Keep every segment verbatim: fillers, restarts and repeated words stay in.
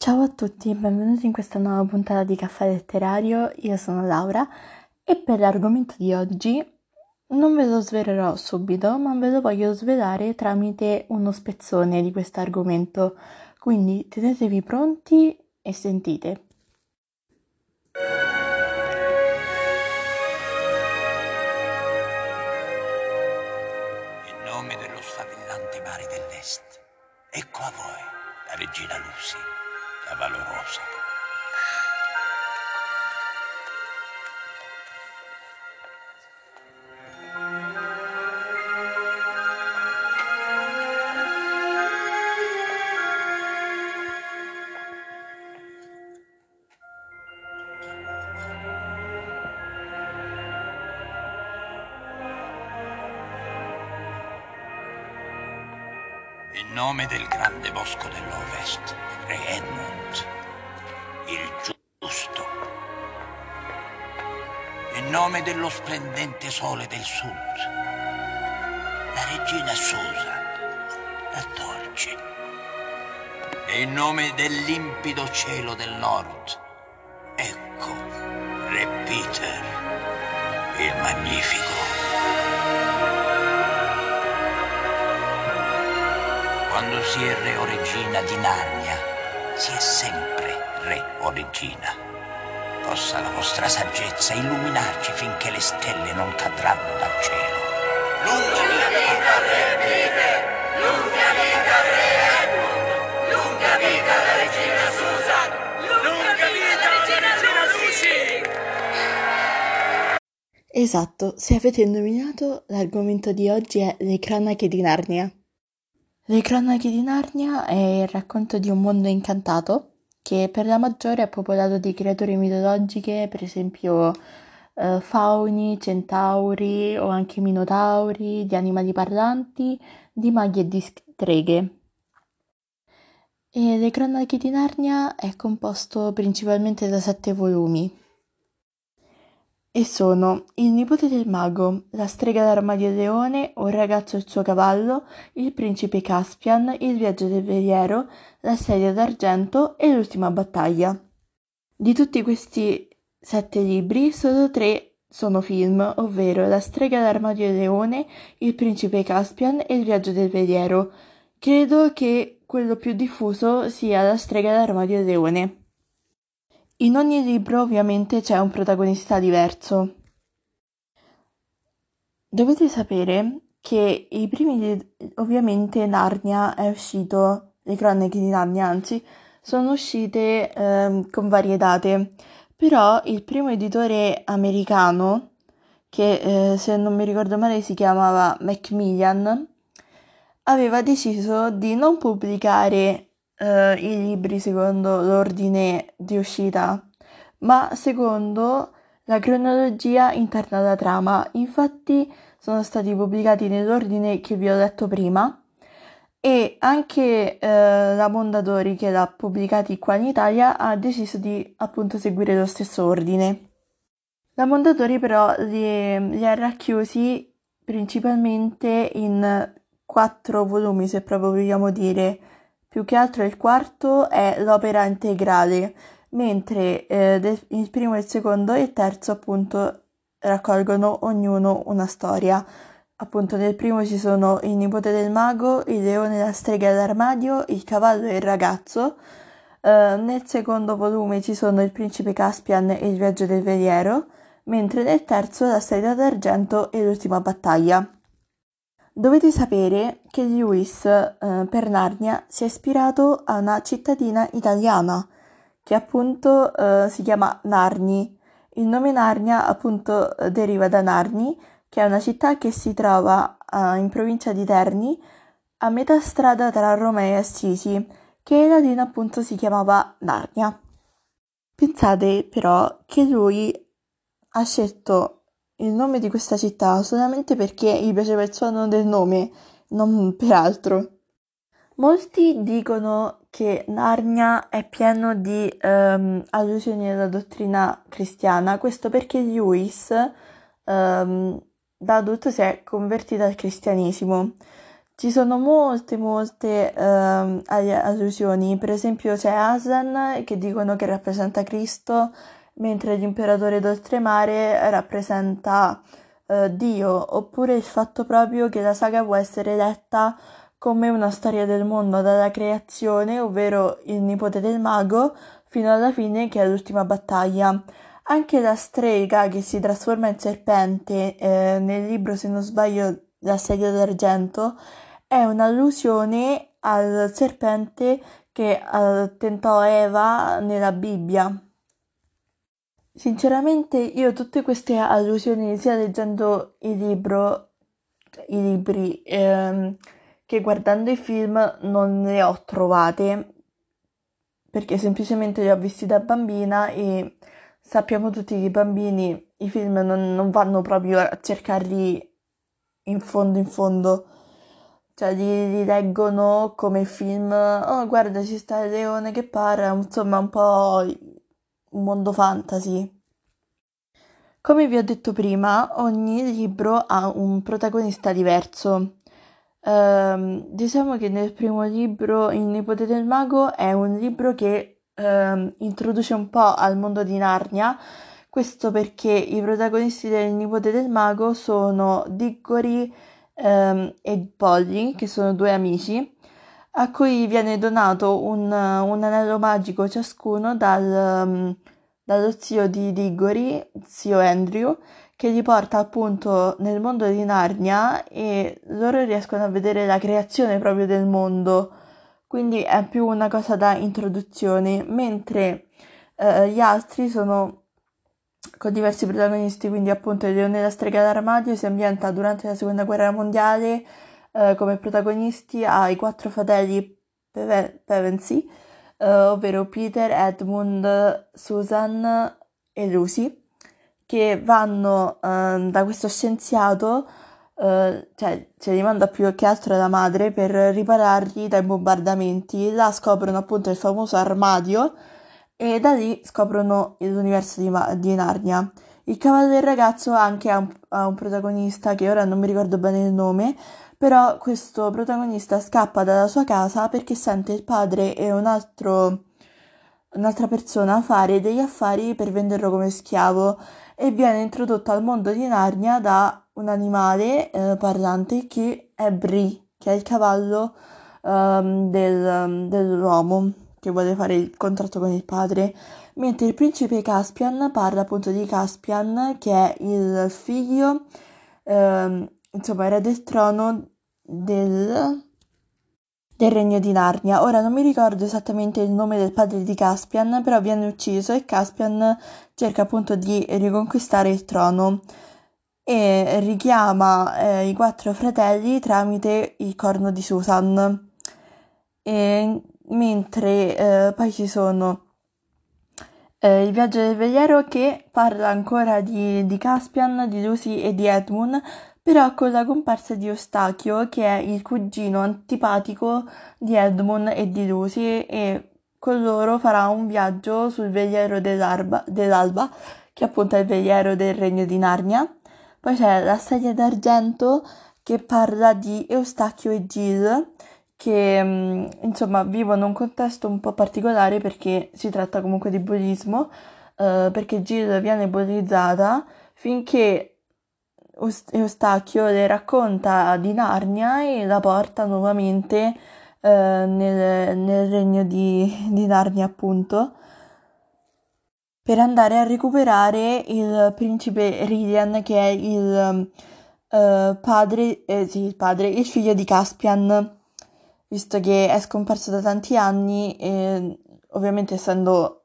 Ciao a tutti, benvenuti in questa nuova puntata di Caffè Letterario. Io sono Laura e per l'argomento di oggi non ve lo svelerò subito, ma ve lo voglio svelare tramite uno spezzone di questo argomento. Quindi tenetevi pronti e sentite. In nome dello sfavillante mare dell'Est, ecco a voi la regina Lucy, la valorosa. In nome del grande bosco dell'Ovest, Re Edmund, il giusto. In nome dello splendente sole del sud, la regina Susan, la dolce. E in nome del limpido cielo del nord, ecco Re Peter, il magnifico. Quando si è re o regina di Narnia, si è sempre re o regina. Possa la vostra saggezza illuminarci finché le stelle non cadranno dal cielo. Lunga vita re Peter, lunga vita re Edmund, lunga vita la regina Susan, lunga vita la regina Lucy. Esatto, se avete indovinato, l'argomento di oggi è Le cronache di Narnia. Le cronache di Narnia è il racconto di un mondo incantato che per la maggiore è popolato di creature mitologiche, per esempio eh, fauni, centauri o anche minotauri, di animali parlanti, di maghi e di streghe. E Le cronache di Narnia è composto principalmente da sette volumi. E sono Il nipote del mago, La strega d'armadio e leone, Un ragazzo e il suo cavallo, Il principe Caspian, Il viaggio del veliero, La sedia d'argento e L'ultima battaglia. Di tutti questi sette libri, solo tre sono film, ovvero La strega d'armadio e leone, Il principe Caspian e Il viaggio del veliero. Credo che quello più diffuso sia La strega d'armadio e leone. In ogni libro ovviamente c'è un protagonista diverso. Dovete sapere che i primi, li- ovviamente Narnia è uscito, le cronache di Narnia anzi, sono uscite ehm, con varie date, però il primo editore americano, che eh, se non mi ricordo male si chiamava Macmillan, aveva deciso di non pubblicare eh, i libri secondo l'ordine di uscita, ma secondo la cronologia interna alla trama. Infatti sono stati pubblicati nell'ordine che vi ho detto prima e anche eh, la Mondadori, che l'ha pubblicati qua in Italia, ha deciso di appunto seguire lo stesso ordine. La Mondadori però li, li ha racchiusi principalmente in quattro volumi, se proprio vogliamo dire. Più che altro il quarto è l'opera integrale, mentre eh, del- il primo, il secondo e il terzo appunto raccolgono ognuno una storia. Appunto nel primo ci sono il nipote del mago, il leone, la strega d'armadio, il cavallo e il ragazzo. Eh, nel secondo volume ci sono il principe Caspian e il viaggio del veliero, mentre nel terzo la sedia d'argento e l'ultima battaglia. Dovete sapere che Lewis eh, per Narnia si è ispirato a una cittadina italiana che appunto eh, si chiama Narni. Il nome Narnia appunto eh, deriva da Narni, che è una città che si trova eh, in provincia di Terni, a metà strada tra Roma e Assisi, che in latino appunto si chiamava Narnia. Pensate però che lui ha scelto il nome di questa città solamente perché gli piaceva il suono del nome, non per altro. Molti dicono che Narnia è pieno di ehm, allusioni alla dottrina cristiana, questo perché Lewis ehm, da adulto si è convertito al cristianesimo. ci sono molte, molte ehm, all- allusioni. Per esempio c'è Aslan che dicono che rappresenta Cristo, mentre l'imperatore d'oltremare rappresenta eh, Dio, oppure il fatto proprio che la saga può essere letta come una storia del mondo dalla creazione, ovvero il nipote del mago, fino alla fine che è l'ultima battaglia. Anche la strega che si trasforma in serpente, eh, nel libro, se non sbaglio, La sedia d'argento, è un'allusione al serpente che eh, tentò Eva nella Bibbia. Sinceramente, io tutte queste allusioni, sia leggendo il libro, cioè, i libri, ehm, che guardando i film, non le ho trovate, perché semplicemente li ho visti da bambina e sappiamo tutti che i bambini i film non, non vanno proprio a cercarli in fondo in fondo, cioè li, li leggono come film, oh guarda ci sta il leone che parla, insomma un po' un mondo fantasy. Come vi ho detto prima, ogni libro ha un protagonista diverso. Ehm, diciamo che nel primo libro, Il nipote del mago, è un libro che ehm, introduce un po' al mondo di Narnia. Questo perché i protagonisti del nipote del mago sono Diggory ehm, e Polly, che sono due amici, a cui viene donato un, un anello magico ciascuno dal, mm, dallo zio di Diggory, zio Andrew, che li porta appunto nel mondo di Narnia e loro riescono a vedere la creazione proprio del mondo, quindi è più una cosa da introduzione, mentre eh, gli altri sono con diversi protagonisti, quindi appunto il Leone e la strega d'armadio si ambienta durante la seconda guerra mondiale, eh, come protagonisti ha i quattro fratelli Peve- Pevensey, eh, ovvero Peter, Edmund, Susan e Lucy, che vanno eh, da questo scienziato, eh, cioè ce li manda più che altro la madre per ripararli dai bombardamenti. Là scoprono appunto il famoso armadio e da lì scoprono l'universo di, Ma- di Narnia. Il cavallo del ragazzo anche ha un, ha un protagonista che ora non mi ricordo bene il nome, però questo protagonista scappa dalla sua casa perché sente il padre e un altro, un'altra persona fare degli affari per venderlo come schiavo e viene introdotto al mondo di Narnia da un animale eh, parlante che è Bree, che è il cavallo ehm, del- dell'uomo che vuole fare il contratto con il padre, mentre il principe Caspian parla appunto di Caspian, che è il figlio, ehm, insomma, era del trono del, del regno di Narnia. Ora non mi ricordo esattamente il nome del padre di Caspian, però viene ucciso e Caspian cerca appunto di riconquistare il trono e richiama eh, i quattro fratelli tramite il corno di Susan. E mentre eh, poi ci sono eh, il viaggio del veliero che parla ancora di, di Caspian, di Lucy e di Edmund, però con la comparsa di Eustachio, che è il cugino antipatico di Edmund e di Lucy, e con loro farà un viaggio sul veliero dell'Arba- dell'Alba, che appunto è il veliero del Regno di Narnia. Poi c'è la sedia d'argento che parla di Eustachio e Gill, che mm, insomma vivono un contesto un po' particolare perché si tratta comunque di bullismo, eh, perché Jill viene bullizzata finché Eust- Eustachio le racconta di Narnia e la porta nuovamente eh, nel, nel regno di, di Narnia, appunto, per andare a recuperare il principe Rilian, che è il eh, padre, eh, sì, il padre, il figlio di Caspian, visto che è scomparso da tanti anni e ovviamente essendo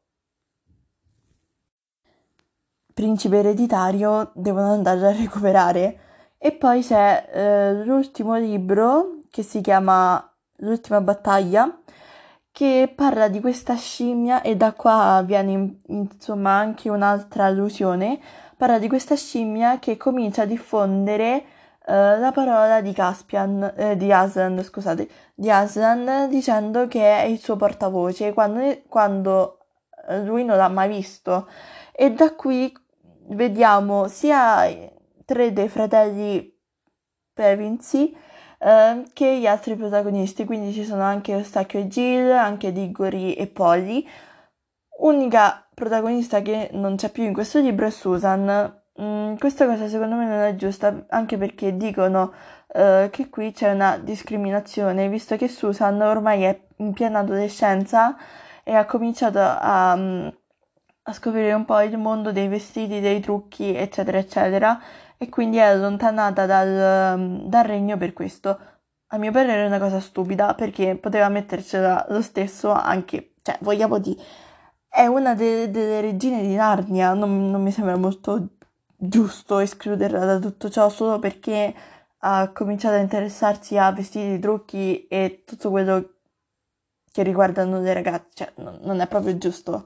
principe ereditario devono andarlo a recuperare. E poi c'è eh, l'ultimo libro che si chiama L'ultima battaglia, che parla di questa scimmia e da qua viene insomma anche un'altra allusione, parla di questa scimmia che comincia a diffondere eh, la parola di Caspian, eh, di Aslan, scusate, di Aslan dicendo che è il suo portavoce quando, quando eh, lui non l'ha mai visto. E da qui vediamo sia tre dei fratelli Pevensey, eh, che gli altri protagonisti, quindi ci sono anche Eustachio e Jill, anche Diggory e Polly. Unica protagonista che non c'è più in questo libro è Susan. Mm, questa cosa secondo me non è giusta, anche perché dicono eh, che qui c'è una discriminazione, visto che Susan ormai è in piena adolescenza e ha cominciato a, mm, a scoprire un po' il mondo dei vestiti, dei trucchi, eccetera, eccetera, e quindi è allontanata dal, mm, dal regno per questo. A mio parere è una cosa stupida, perché poteva mettercela lo stesso anche, cioè, vogliamo dire, è una de- delle regine di Narnia, non, non mi sembra molto giusto escluderla da tutto ciò solo perché ha cominciato a interessarsi a vestiti, trucchi e tutto quello che riguardano le ragazze, cioè non, non è proprio giusto.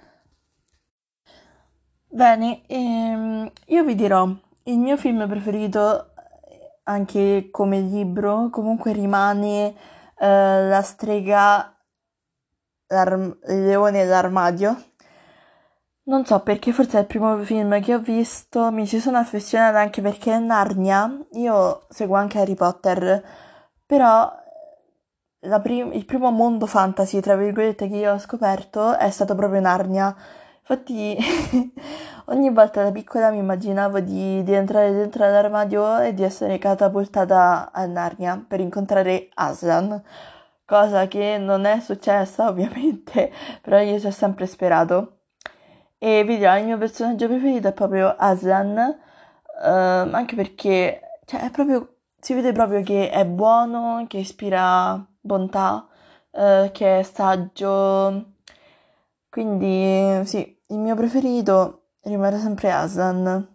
Bene, ehm, io vi dirò, il mio film preferito, eh, anche come libro, comunque rimane eh, La strega, l'arm- il leone e l'armadio. Non so perché, forse è il primo film che ho visto, mi ci sono affezionata anche perché è Narnia, io seguo anche Harry Potter, però la prim- il primo mondo fantasy, tra virgolette, che io ho scoperto è stato proprio Narnia. Infatti ogni volta da piccola mi immaginavo di, di entrare dentro l'armadio e di essere catapultata a Narnia per incontrare Aslan, cosa che non è successa ovviamente, però io ci ho sempre sperato. E vi dirò, il mio personaggio preferito è proprio Aslan, ehm, anche perché cioè, è proprio, si vede proprio che è buono, che ispira bontà, eh, che è saggio. Quindi sì, il mio preferito rimane sempre Aslan.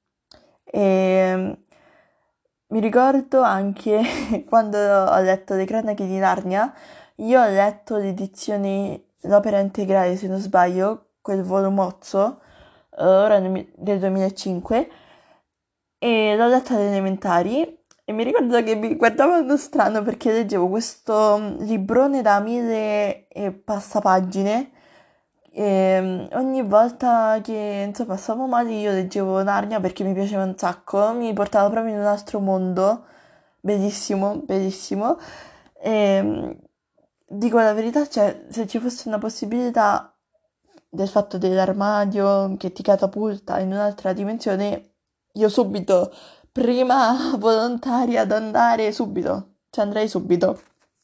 E mi ricordo anche quando ho letto Le Cronache di Narnia, io ho letto l'edizione, l'opera integrale se non sbaglio, quel volumozzo, eh, ora nel mi- del duemilacinque, e l'ho letta alle elementari e mi ricordo che mi guardavano strano perché leggevo questo mm, librone da mille e passa pagine e mm, ogni volta che insomma stavo male io leggevo Narnia perché mi piaceva un sacco, mi portava proprio in un altro mondo, bellissimo, bellissimo. E mm, dico la verità, cioè se ci fosse una possibilità del fatto dell'armadio che ti catapulta in un'altra dimensione, io subito, prima volontaria ad andare subito, ci andrei subito.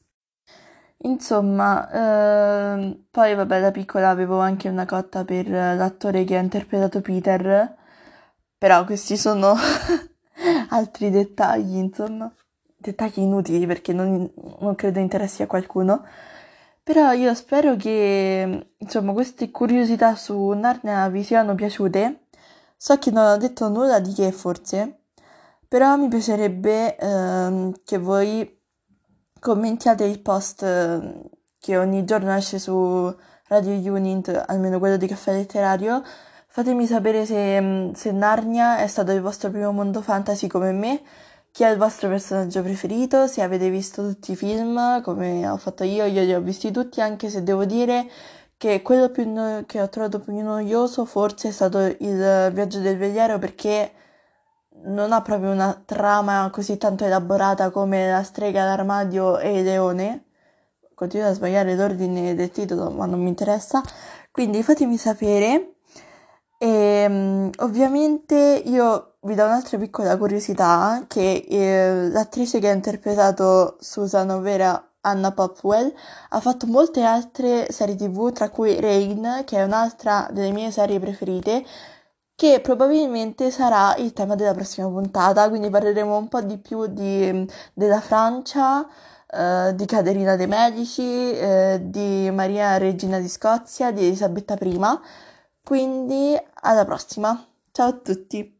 Insomma, ehm, poi vabbè, da piccola avevo anche una cotta per l'attore che ha interpretato Peter, però questi sono altri dettagli, insomma, dettagli inutili perché non, non credo interessi a qualcuno. Però io spero che, insomma, queste curiosità su Narnia vi siano piaciute. So che non ho detto nulla di che forse, però mi piacerebbe ehm, che voi commentiate il post eh, che ogni giorno esce su Radio Unit, almeno quello di Caffè Letterario. Fatemi sapere se, mm, se Narnia è stato il vostro primo mondo fantasy come me, chi è il vostro personaggio preferito, se avete visto tutti i film come ho fatto io, io li ho visti tutti, anche se devo dire che quello più no- che ho trovato più noioso forse è stato il viaggio del veliero perché non ha proprio una trama così tanto elaborata come La strega, l'armadio e il leone. Continuo a sbagliare l'ordine del titolo, ma non mi interessa. Quindi fatemi sapere. E mm, ovviamente io vi do un'altra piccola curiosità, che eh, l'attrice che ha interpretato Susan, ovvero Anna Popwell, ha fatto molte altre serie ti vu, tra cui Rain, che è un'altra delle mie serie preferite, che probabilmente sarà il tema della prossima puntata, quindi parleremo un po' di più di- della Francia, eh, di Caterina de' Medici, eh, di Maria Regina di Scozia, di Elisabetta prima. Quindi alla prossima, ciao a tutti!